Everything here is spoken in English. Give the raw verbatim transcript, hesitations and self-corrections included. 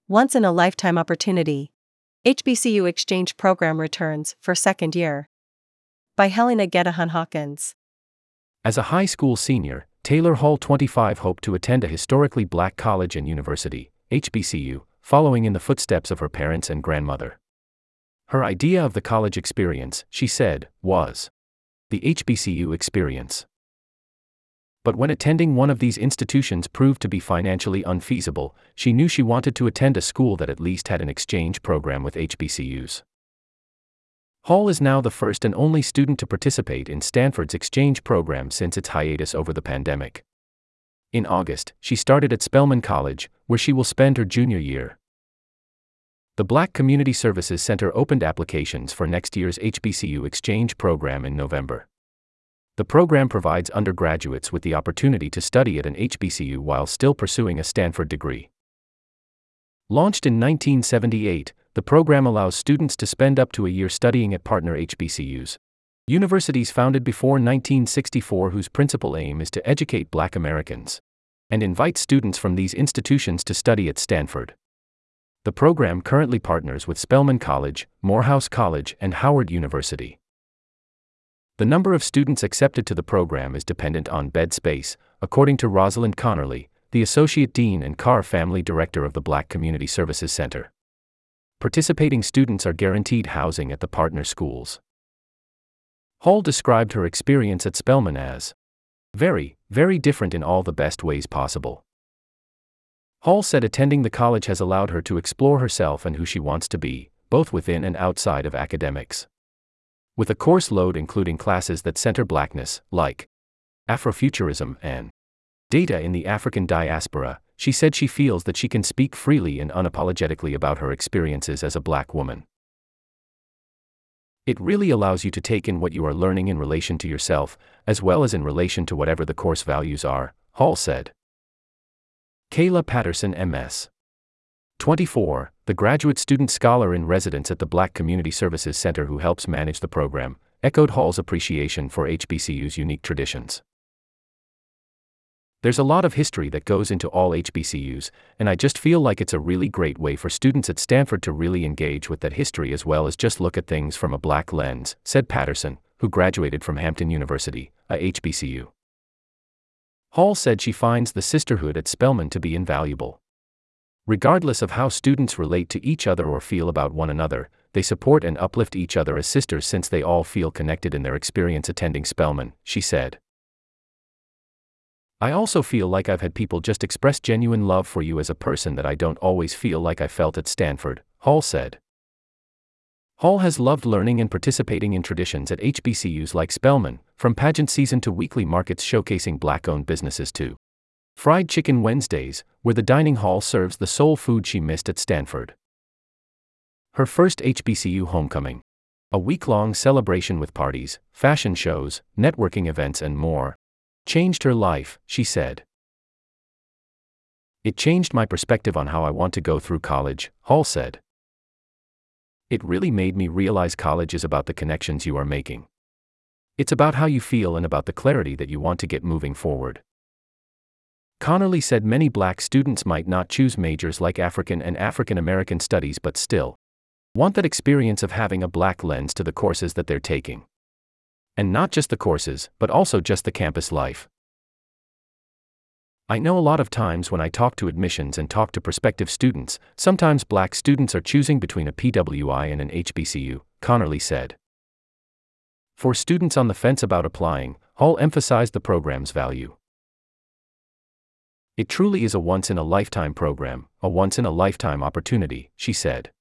Once in a lifetime opportunity. H B C U exchange program returns for second year. By Helena Gedahan Hawkins. As a high school senior, Taylor Hall twenty-five hoped to attend a historically black college and university, H B C U, following in the footsteps of her parents and grandmother. Her idea of the college experience, she said, was the H B C U experience. But when attending one of these institutions proved to be financially unfeasible, she knew she wanted to attend a school that at least had an exchange program with H B C Us. Hall is now the first and only student to participate in Stanford's exchange program since its hiatus over the pandemic. In August, she started at Spelman College, where she will spend her junior year. The Black Community Services Center opened applications for next year's H B C U exchange program in November. The program provides undergraduates with the opportunity to study at an H B C U while still pursuing a Stanford degree. Launched in nineteen seventy-eight, the program allows students to spend up to a year studying at partner H B C Us, universities founded before nineteen sixty-four whose principal aim is to educate Black Americans, and invite students from these institutions to study at Stanford. The program currently partners with Spelman College, Morehouse College, and Howard University. The number of students accepted to the program is dependent on bed space, according to Rosalind Connerly, the Associate Dean and Carr Family Director of the Black Community Services Center. Participating students are guaranteed housing at the partner schools. Hall described her experience at Spelman as very, very different in all the best ways possible. Hall said attending the college has allowed her to explore herself and who she wants to be, both within and outside of academics. With a course load including classes that center Blackness, like Afrofuturism and data in the African diaspora, she said she feels that she can speak freely and unapologetically about her experiences as a Black woman. It really allows you to take in what you are learning in relation to yourself, as well as in relation to whatever the course values are, Hall said. Kayla Patterson M S twenty-four, the graduate student scholar in residence at the Black Community Services Center who helps manage the program, echoed Hall's appreciation for H B C U's unique traditions. There's a lot of history that goes into all H B C Us, and I just feel like it's a really great way for students at Stanford to really engage with that history as well as just look at things from a Black lens, said Patterson, who graduated from Hampton University, a H B C U. Hall said she finds the sisterhood at Spelman to be invaluable. Regardless of how students relate to each other or feel about one another, they support and uplift each other as sisters since they all feel connected in their experience attending Spelman, she said. I also feel like I've had people just express genuine love for you as a person that I don't always feel like I felt at Stanford, Hall said. Hall has loved learning and participating in traditions at H B C Us like Spelman, from pageant season to weekly markets showcasing Black-owned businesses to Fried Chicken Wednesdays, where the dining hall serves the soul food she missed at Stanford. Her first H B C U homecoming, a week-long celebration with parties, fashion shows, networking events and more, changed her life, she said. It changed my perspective on how I want to go through college, Hall said. It really made me realize college is about the connections you are making. It's about how you feel and about the clarity that you want to get moving forward. Connerly said many Black students might not choose majors like African and African American studies but still want that experience of having a Black lens to the courses that they're taking. And not just the courses, but also just the campus life. I know a lot of times when I talk to admissions and talk to prospective students, sometimes Black students are choosing between a P W I and an H B C U, Connerly said. For students on the fence about applying, Hall emphasized the program's value. It truly is a once-in-a-lifetime program, a once-in-a-lifetime opportunity, she said.